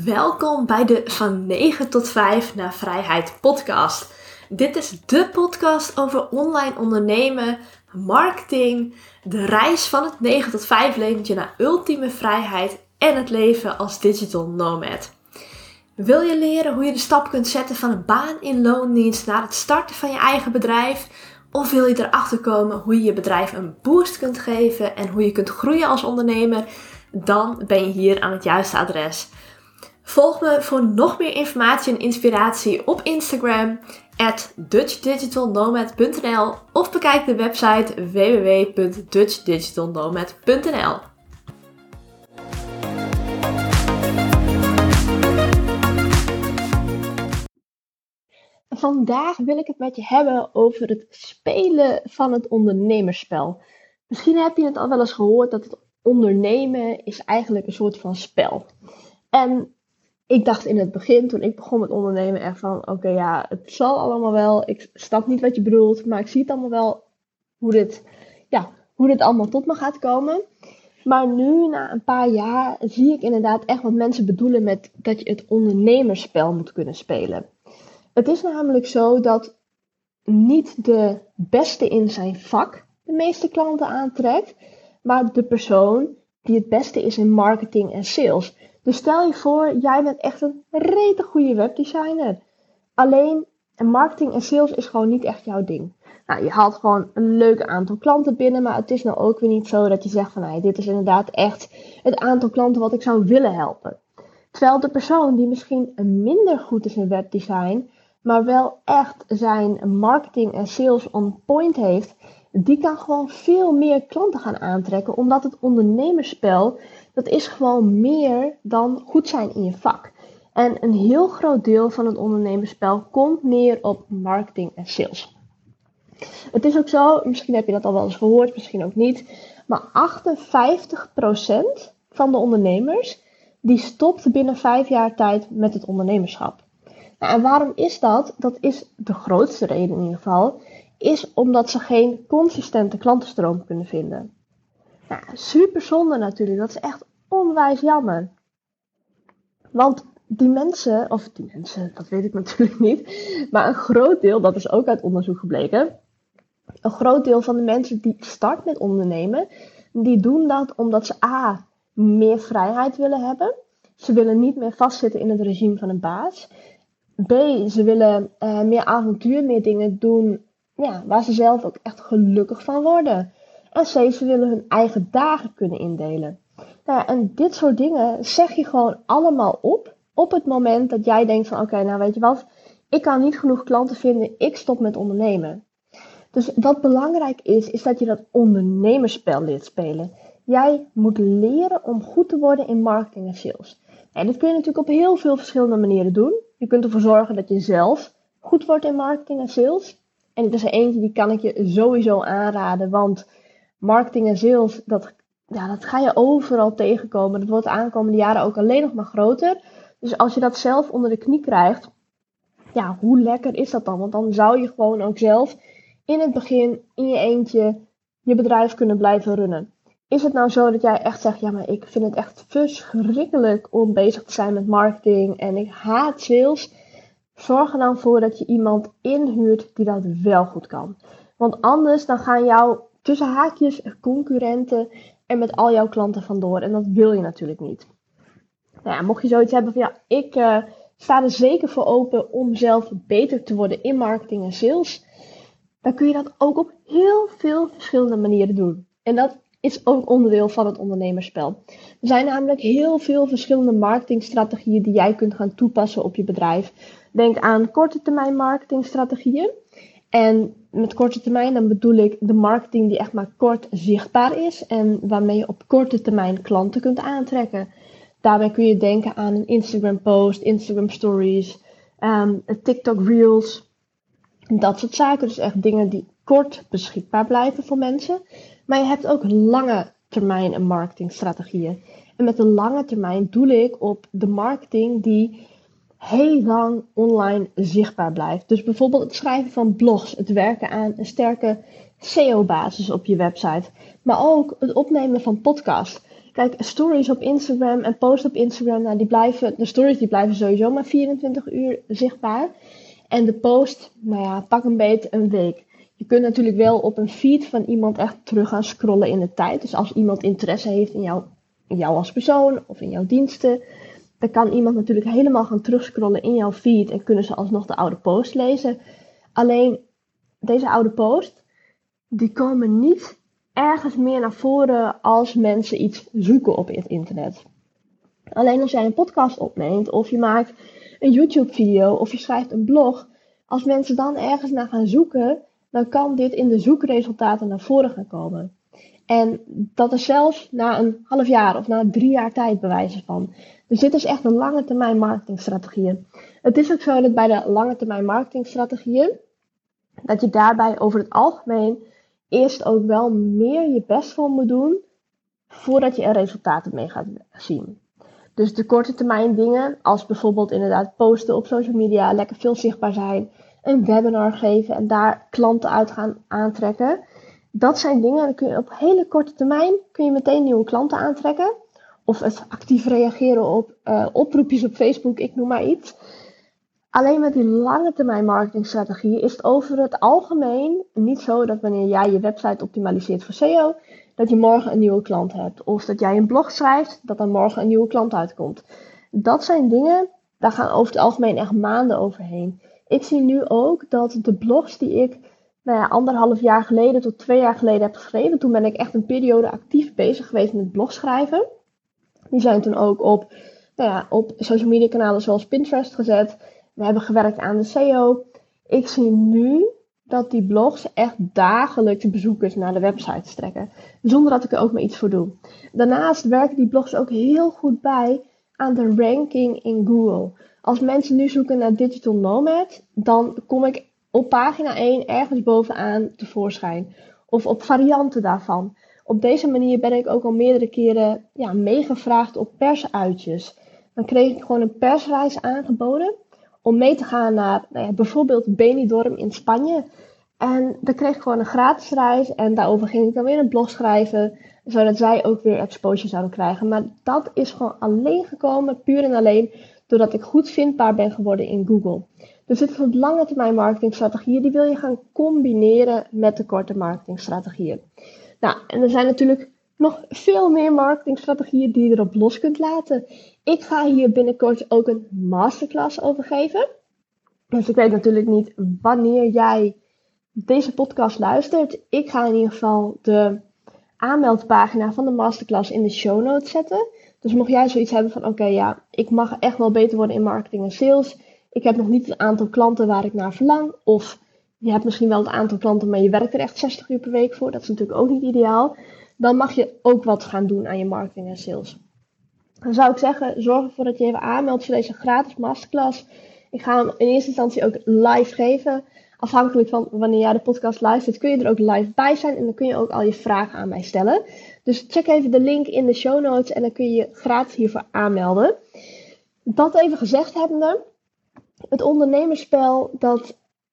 Welkom bij de Van 9 tot 5 naar Vrijheid podcast. Dit is de podcast over online ondernemen, marketing, de reis van het 9 tot 5 leventje naar ultieme vrijheid en het leven als digital nomad. Wil je leren hoe je de stap kunt zetten van een baan in loondienst naar het starten van je eigen bedrijf? Of wil je erachter komen hoe je je bedrijf een boost kunt geven en hoe je kunt groeien als ondernemer? Dan ben je hier aan het juiste adres. Volg me voor nog meer informatie en inspiratie op Instagram @dutchdigitalnomad.nl of bekijk de website www.dutchdigitalnomad.nl. Vandaag wil ik het met je hebben over het spelen van het ondernemerspel. Misschien heb je het al wel eens gehoord dat het ondernemen is eigenlijk een soort van spel. En ik dacht in het begin, toen ik begon met ondernemen, echt van oké, het zal allemaal wel. Ik snap niet wat je bedoelt, maar ik zie het allemaal wel hoe dit allemaal tot me gaat komen. Maar nu, na een paar jaar, zie ik inderdaad echt wat mensen bedoelen met dat je het ondernemerspel moet kunnen spelen. Het is namelijk zo dat niet de beste in zijn vak de meeste klanten aantrekt, maar de persoon die het beste is in marketing en sales. Dus stel je voor, jij bent echt een rete goede webdesigner. Alleen marketing en sales is gewoon niet echt jouw ding. Nou, je haalt gewoon een leuk aantal klanten binnen, maar het is nou ook weer niet zo dat je zegt van dit is inderdaad echt het aantal klanten wat ik zou willen helpen. Terwijl de persoon die misschien minder goed is in webdesign, maar wel echt zijn marketing en sales on point heeft, die kan gewoon veel meer klanten gaan aantrekken, omdat het ondernemerspel, dat is gewoon meer dan goed zijn in je vak. En een heel groot deel van het ondernemerspel komt neer op marketing en sales. Het is ook zo, misschien heb je dat al wel eens gehoord, misschien ook niet, maar 58% van de ondernemers, die stopt binnen 5 jaar tijd met het ondernemerschap. Nou, en waarom is dat? Dat is de grootste reden in ieder geval, is omdat ze geen consistente klantenstroom kunnen vinden. Nou, super zonde natuurlijk, dat is echt onwijs jammer. Want die mensen, dat weet ik natuurlijk niet, maar een groot deel, dat is ook uit onderzoek gebleken, een groot deel van de mensen die start met ondernemen, die doen dat omdat ze meer vrijheid willen hebben. Ze willen niet meer vastzitten in het regime van een baas. B, ze willen meer avontuur, meer dingen doen waar ze zelf ook echt gelukkig van worden. En C, ze willen hun eigen dagen kunnen indelen. Nou ja, en dit soort dingen zeg je gewoon allemaal op het moment dat jij denkt van oké, weet je wat, ik kan niet genoeg klanten vinden, ik stop met ondernemen. Dus wat belangrijk is dat je dat ondernemerspel leert spelen. Jij moet leren om goed te worden in marketing en sales. En dat kun je natuurlijk op heel veel verschillende manieren doen. Je kunt ervoor zorgen dat je zelf goed wordt in marketing en sales. En dit is er eentje die kan ik je sowieso aanraden. Want marketing en sales, dat ga je overal tegenkomen. Dat wordt de aankomende jaren ook alleen nog maar groter. Dus als je dat zelf onder de knie krijgt, hoe lekker is dat dan? Want dan zou je gewoon ook zelf in het begin in je eentje je bedrijf kunnen blijven runnen. Is het nou zo dat jij echt zegt, maar ik vind het echt verschrikkelijk om bezig te zijn met marketing en ik haat sales. Zorg er dan voor dat je iemand inhuurt die dat wel goed kan. Want anders dan gaan jouw tussen haakjes concurrenten er met al jouw klanten vandoor. En dat wil je natuurlijk niet. Mocht je zoiets hebben van ik sta er zeker voor open om zelf beter te worden in marketing en sales, dan kun je dat ook op heel veel verschillende manieren doen. En dat is ook onderdeel van het ondernemerspel. Er zijn namelijk heel veel verschillende marketingstrategieën die jij kunt gaan toepassen op je bedrijf. Denk aan korte termijn marketingstrategieën. En met korte termijn dan bedoel ik de marketing die echt maar kort zichtbaar is en waarmee je op korte termijn klanten kunt aantrekken. Daarbij kun je denken aan een Instagram post, Instagram stories, TikTok reels. Dat soort zaken, dus echt dingen die kort beschikbaar blijven voor mensen. Maar je hebt ook lange termijn marketingstrategieën. En met de lange termijn doel ik op de marketing die heel lang online zichtbaar blijft. Dus bijvoorbeeld het schrijven van blogs, het werken aan een sterke SEO-basis op je website. Maar ook het opnemen van podcasts. Kijk, stories op Instagram en posts op Instagram, nou, de stories die blijven sowieso maar 24 uur zichtbaar. En de post, nou ja, pak een beet een week. Je kunt natuurlijk wel op een feed van iemand echt terug gaan scrollen in de tijd. Dus als iemand interesse heeft in jou als persoon of in jouw diensten, dan kan iemand natuurlijk helemaal gaan terugscrollen in jouw feed en kunnen ze alsnog de oude post lezen. Alleen deze oude post, die komen niet ergens meer naar voren als mensen iets zoeken op het internet. Alleen als jij een podcast opneemt of je maakt een YouTube video of je schrijft een blog, als mensen dan ergens naar gaan zoeken, dan kan dit in de zoekresultaten naar voren gaan komen. En dat is zelfs na een half jaar of na 3 jaar tijd bewijzen van. Dus dit is echt een lange termijn marketingstrategieën. Het is ook zo dat bij de lange termijn marketingstrategieën, dat je daarbij over het algemeen eerst ook wel meer je best voor moet doen, voordat je er resultaten mee gaat zien. Dus de korte termijn dingen, als bijvoorbeeld inderdaad posten op social media, lekker veel zichtbaar zijn, een webinar geven en daar klanten uit gaan aantrekken. Dat zijn dingen, dan kun je op hele korte termijn kun je meteen nieuwe klanten aantrekken. Of het actief reageren op oproepjes op Facebook, ik noem maar iets. Alleen met die lange termijn marketingstrategieën is het over het algemeen niet zo dat wanneer jij je website optimaliseert voor SEO, dat je morgen een nieuwe klant hebt. Of dat jij een blog schrijft, dat dan morgen een nieuwe klant uitkomt. Dat zijn dingen, daar gaan over het algemeen echt maanden overheen. Ik zie nu ook dat de blogs die ik 1,5 jaar geleden tot 2 jaar geleden heb geschreven, toen ben ik echt een periode actief bezig geweest met blogschrijven. Die zijn toen ook op social media kanalen zoals Pinterest gezet. We hebben gewerkt aan de SEO. Ik zie nu dat die blogs echt dagelijks bezoekers naar de websites trekken. Zonder dat ik er ook maar iets voor doe. Daarnaast werken die blogs ook heel goed bij aan de ranking in Google. Als mensen nu zoeken naar Digital Nomad, dan kom ik op pagina 1 ergens bovenaan tevoorschijn. Of op varianten daarvan. Op deze manier ben ik ook al meerdere keren meegevraagd op persuitjes. Dan kreeg ik gewoon een persreis aangeboden om mee te gaan naar bijvoorbeeld Benidorm in Spanje. En dan kreeg ik gewoon een gratis reis en daarover ging ik dan weer een blog schrijven, zodat zij ook weer exposure zouden krijgen. Maar dat is gewoon alleen gekomen, puur en alleen, doordat ik goed vindbaar ben geworden in Google. Dus dit is een lange termijn marketingstrategieën, die wil je gaan combineren met de korte marketingstrategieën. Nou, en er zijn natuurlijk nog veel meer marketingstrategieën die je erop los kunt laten. Ik ga hier binnenkort ook een masterclass over geven. Dus ik weet natuurlijk niet wanneer jij deze podcast luistert. Ik ga in ieder geval de aanmeldpagina van de masterclass in de show notes zetten. Dus mocht jij zoiets hebben van ik mag echt wel beter worden in marketing en sales. Ik heb nog niet het aantal klanten waar ik naar verlang. Of je hebt misschien wel het aantal klanten, maar je werkt er echt 60 uur per week voor. Dat is natuurlijk ook niet ideaal. Dan mag je ook wat gaan doen aan je marketing en sales. Dan zou ik zeggen, zorg ervoor dat je even aanmeldt voor deze gratis masterclass. Ik ga hem in eerste instantie ook live geven. Afhankelijk van wanneer jij de podcast luistert, kun je er ook live bij zijn. En dan kun je ook al je vragen aan mij stellen. Dus check even de link in de show notes en dan kun je je gratis hiervoor aanmelden. Dat even gezegd hebbende, het ondernemerspel, dat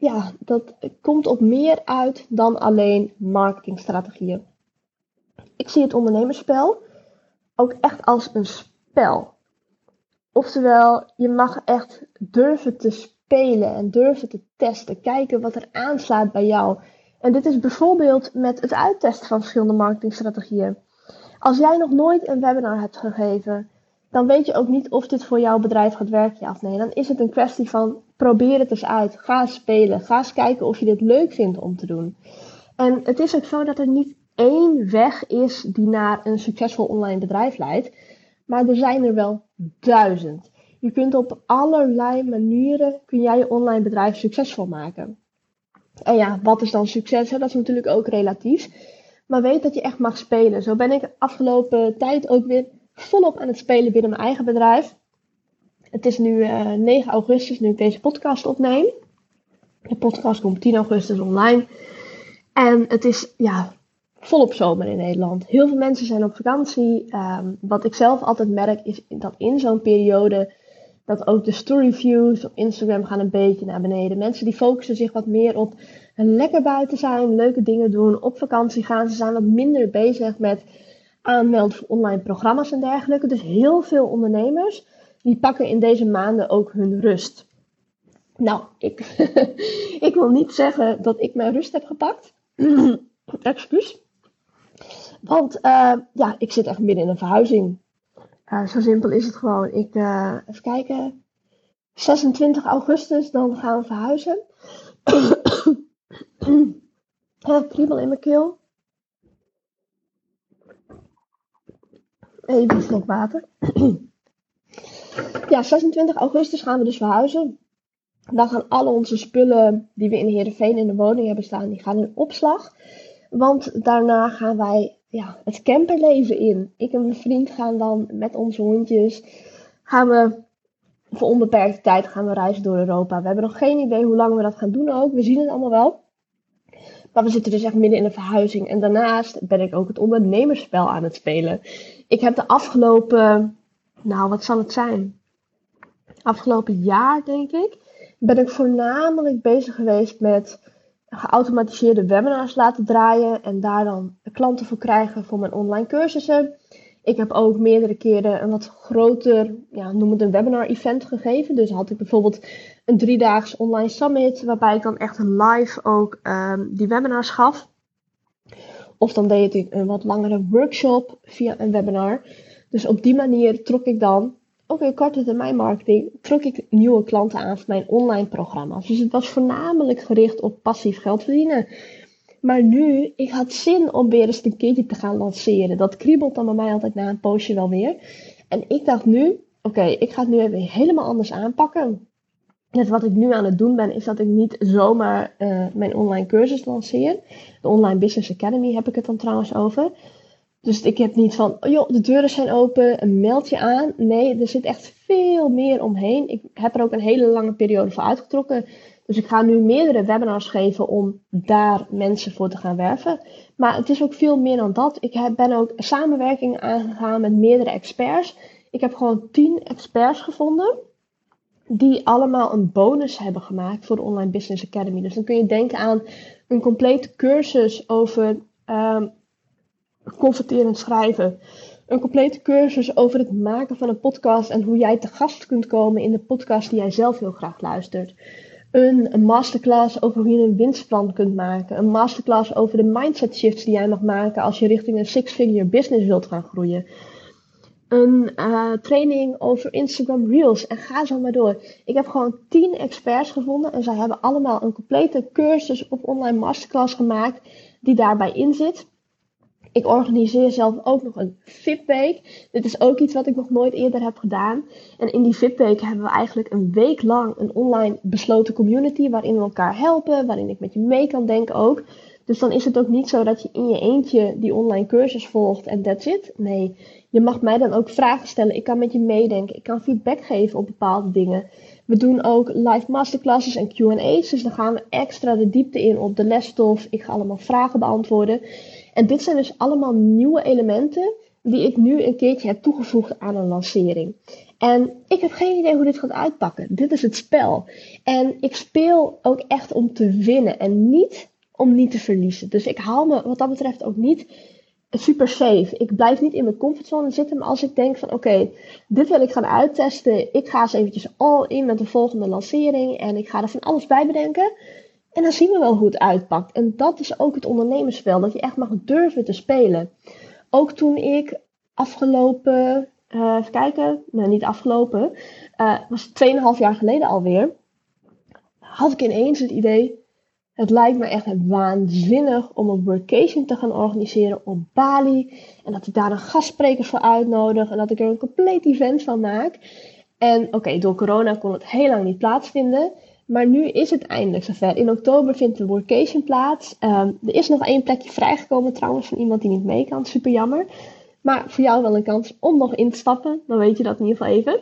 komt op meer uit dan alleen marketingstrategieën. Ik zie het ondernemerspel ook echt als een spel. Oftewel, je mag echt durven te spelen en durven te testen. Kijken wat er aanslaat bij jou. En dit is bijvoorbeeld met het uittesten van verschillende marketingstrategieën. Als jij nog nooit een webinar hebt gegeven, dan weet je ook niet of dit voor jouw bedrijf gaat werken, ja of nee. Dan is het een kwestie van probeer het eens uit. Ga eens spelen. Ga eens kijken of je dit leuk vindt om te doen. En het is ook zo dat er niet één weg is die naar een succesvol online bedrijf leidt. Maar er zijn er wel 1000. Je kunt op allerlei manieren kun jij je online bedrijf succesvol maken. En ja, wat is dan succes? Hè? Dat is natuurlijk ook relatief. Maar weet dat je echt mag spelen. Zo ben ik de afgelopen tijd ook weer volop aan het spelen binnen mijn eigen bedrijf. Het is nu 9 augustus, nu ik deze podcast opneem. De podcast komt 10 augustus online. En het is volop zomer in Nederland. Heel veel mensen zijn op vakantie. Wat ik zelf altijd merk is dat in zo'n periode dat ook de story views op Instagram gaan een beetje naar beneden. Mensen die focussen zich wat meer op lekker buiten zijn, leuke dingen doen, op vakantie gaan. Ze zijn wat minder bezig met aanmelden voor online programma's en dergelijke. Dus heel veel ondernemers die pakken in deze maanden ook hun rust. Nou, ik wil niet zeggen dat ik mijn rust heb gepakt. Excuus. Want ik zit echt midden in een verhuizing. Zo simpel is het gewoon. Even kijken. 26 augustus, dan gaan we verhuizen. Kriebel in mijn keel. Even een slok water. 26 augustus gaan we dus verhuizen. Dan gaan alle onze spullen die we in Heerenveen in de woning hebben staan, die gaan in opslag. Want daarna gaan wij het camperleven in. Ik en mijn vriend gaan dan met onze hondjes, gaan we voor onbeperkte tijd gaan we reizen door Europa. We hebben nog geen idee hoe lang we dat gaan doen ook. We zien het allemaal wel. Maar we zitten dus echt midden in een verhuizing. En daarnaast ben ik ook het ondernemerspel aan het spelen. Ik heb de afgelopen, wat zal het zijn? Afgelopen jaar, denk ik, ben ik voornamelijk bezig geweest met geautomatiseerde webinars laten draaien. En daar dan klanten voor krijgen voor mijn online cursussen. Ik heb ook meerdere keren een wat groter, noem het een webinar-event gegeven. Dus had ik bijvoorbeeld een 3-daags online summit, waarbij ik dan echt live ook die webinars gaf. Of dan deed ik een wat langere workshop via een webinar. Dus op die manier trok ik dan, ook in korte termijn marketing, trok ik nieuwe klanten aan voor mijn online programma's. Dus het was voornamelijk gericht op passief geld verdienen. Maar nu, ik had zin om weer eens een keertje te gaan lanceren. Dat kriebelt dan bij mij altijd na een poosje wel weer. En ik dacht nu, ik ga het nu even helemaal anders aanpakken. Dus wat ik nu aan het doen ben, is dat ik niet zomaar mijn online cursus lanceer. De Online Business Academy heb ik het dan trouwens over. Dus ik heb niet van, de deuren zijn open, een mailtje aan. Nee, er zit echt veel meer omheen. Ik heb er ook een hele lange periode voor uitgetrokken. Dus ik ga nu meerdere webinars geven om daar mensen voor te gaan werven. Maar het is ook veel meer dan dat. Ik ben ook samenwerking aangegaan met meerdere experts. Ik heb gewoon 10 experts gevonden die allemaal een bonus hebben gemaakt voor de Online Business Academy. Dus dan kun je denken aan een complete cursus over converterend schrijven. Een complete cursus over het maken van een podcast en hoe jij te gast kunt komen in de podcast die jij zelf heel graag luistert. Een masterclass over hoe je een winstplan kunt maken. Een masterclass over de mindset shifts die jij mag maken als je richting een 6-figure business wilt gaan groeien. Een training over Instagram Reels en ga zo maar door. Ik heb gewoon 10 experts gevonden en zij hebben allemaal een complete cursus of online masterclass gemaakt die daarbij in zit. Ik organiseer zelf ook nog een VIP-week. Dit is ook iets wat ik nog nooit eerder heb gedaan. En in die VIP-week hebben we eigenlijk een week lang een online besloten community waarin we elkaar helpen, waarin ik met je mee kan denken ook. Dus dan is het ook niet zo dat je in je eentje die online cursus volgt en that's it. Nee, je mag mij dan ook vragen stellen. Ik kan met je meedenken. Ik kan feedback geven op bepaalde dingen. We doen ook live masterclasses en Q&A's. Dus dan gaan we extra de diepte in op de lesstof. Ik ga allemaal vragen beantwoorden. En dit zijn dus allemaal nieuwe elementen die ik nu een keertje heb toegevoegd aan een lancering. En ik heb geen idee hoe dit gaat uitpakken. Dit is het spel. En ik speel ook echt om te winnen en niet om niet te verliezen. Dus ik hou me wat dat betreft ook niet super safe. Ik blijf niet in mijn comfortzone zitten. Maar als ik denk van dit wil ik gaan uittesten. Ik ga eens eventjes all in met de volgende lancering. En ik ga er van alles bij bedenken. En dan zien we wel hoe het uitpakt. En dat is ook het ondernemersspel. Dat je echt mag durven te spelen. Ook toen ik afgelopen, even kijken, nee niet afgelopen, was 2,5 jaar geleden alweer, had ik ineens het idee, het lijkt me echt waanzinnig om een workation te gaan organiseren op Bali. En dat ik daar een gastspreker voor uitnodig en dat ik er een compleet event van maak. En door corona kon het heel lang niet plaatsvinden. Maar nu is het eindelijk zover. In oktober vindt de workation plaats. Er is nog 1 plekje vrijgekomen trouwens van iemand die niet mee kan. Super jammer. Maar voor jou wel een kans om nog in te stappen. Dan weet je dat in ieder geval even.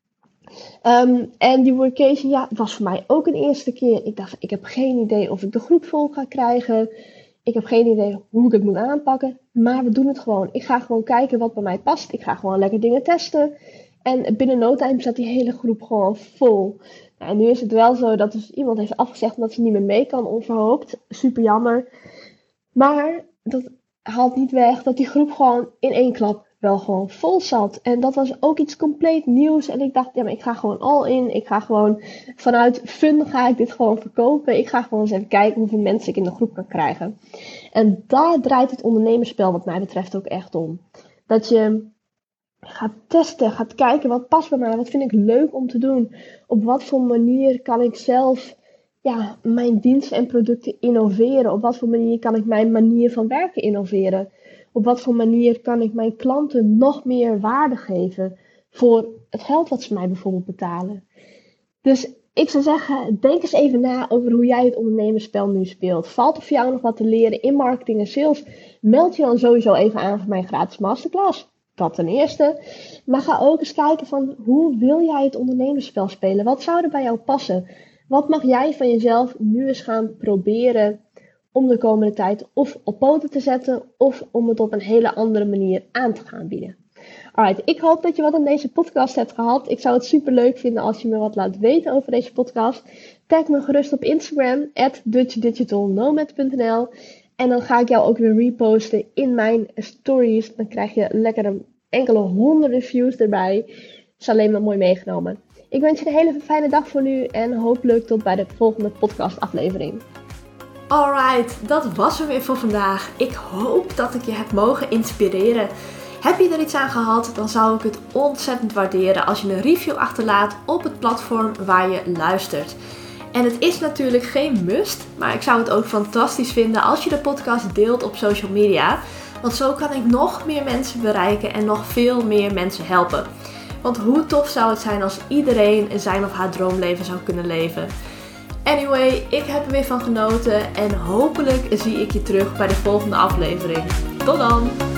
En die workation was voor mij ook een eerste keer. Ik dacht, ik heb geen idee of ik de groep vol ga krijgen. Ik heb geen idee hoe ik het moet aanpakken. Maar we doen het gewoon. Ik ga gewoon kijken wat bij mij past. Ik ga gewoon lekker dingen testen. En binnen no time zat die hele groep gewoon vol. Nou, en nu is het wel zo dat dus iemand heeft afgezegd dat ze niet meer mee kan, onverhoopt. Super jammer. Maar haalt niet weg dat die groep gewoon in één klap wel gewoon vol zat. En dat was ook iets compleet nieuws. En ik dacht, ja, maar ik ga gewoon all in. Ik ga gewoon vanuit fun ga ik dit gewoon verkopen. Ik ga gewoon eens even kijken hoeveel mensen ik in de groep kan krijgen. En daar draait het ondernemerspel wat mij betreft ook echt om. Dat je gaat testen, gaat kijken wat past bij mij, wat vind ik leuk om te doen. Op wat voor manier kan ik zelf mijn diensten en producten innoveren. Op wat voor manier kan ik mijn manier van werken innoveren. Op wat voor manier kan ik mijn klanten nog meer waarde geven voor het geld wat ze mij bijvoorbeeld betalen. Dus ik zou zeggen, denk eens even na over hoe jij het ondernemerspel nu speelt. Valt er voor jou nog wat te leren in marketing en sales? Meld je dan sowieso even aan voor mijn gratis masterclass. Dat ten eerste. Maar ga ook eens kijken van hoe wil jij het ondernemerspel spelen? Wat zou er bij jou passen? Wat mag jij van jezelf nu eens gaan proberen om de komende tijd of op poten te zetten of om het op een hele andere manier aan te gaan bieden? Alright, ik hoop dat je wat aan deze podcast hebt gehad. Ik zou het super leuk vinden als je me wat laat weten over deze podcast. Tag me gerust op Instagram @dutchdigitalnomad.nl en dan ga ik jou ook weer reposten in mijn stories. Dan krijg je lekker een enkele honderden views erbij. Is alleen maar mooi meegenomen. Ik wens je een hele fijne dag voor nu en hopelijk tot bij de volgende podcast aflevering. Alright, dat was hem weer voor vandaag. Ik hoop dat ik je heb mogen inspireren. Heb je er iets aan gehad, dan zou ik het ontzettend waarderen als je een review achterlaat op het platform waar je luistert. En het is natuurlijk geen must, maar ik zou het ook fantastisch vinden als je de podcast deelt op social media. Want zo kan ik nog meer mensen bereiken en nog veel meer mensen helpen. Want hoe tof zou het zijn als iedereen zijn of haar droomleven zou kunnen leven. Anyway, ik heb er weer van genoten en hopelijk zie ik je terug bij de volgende aflevering. Tot dan!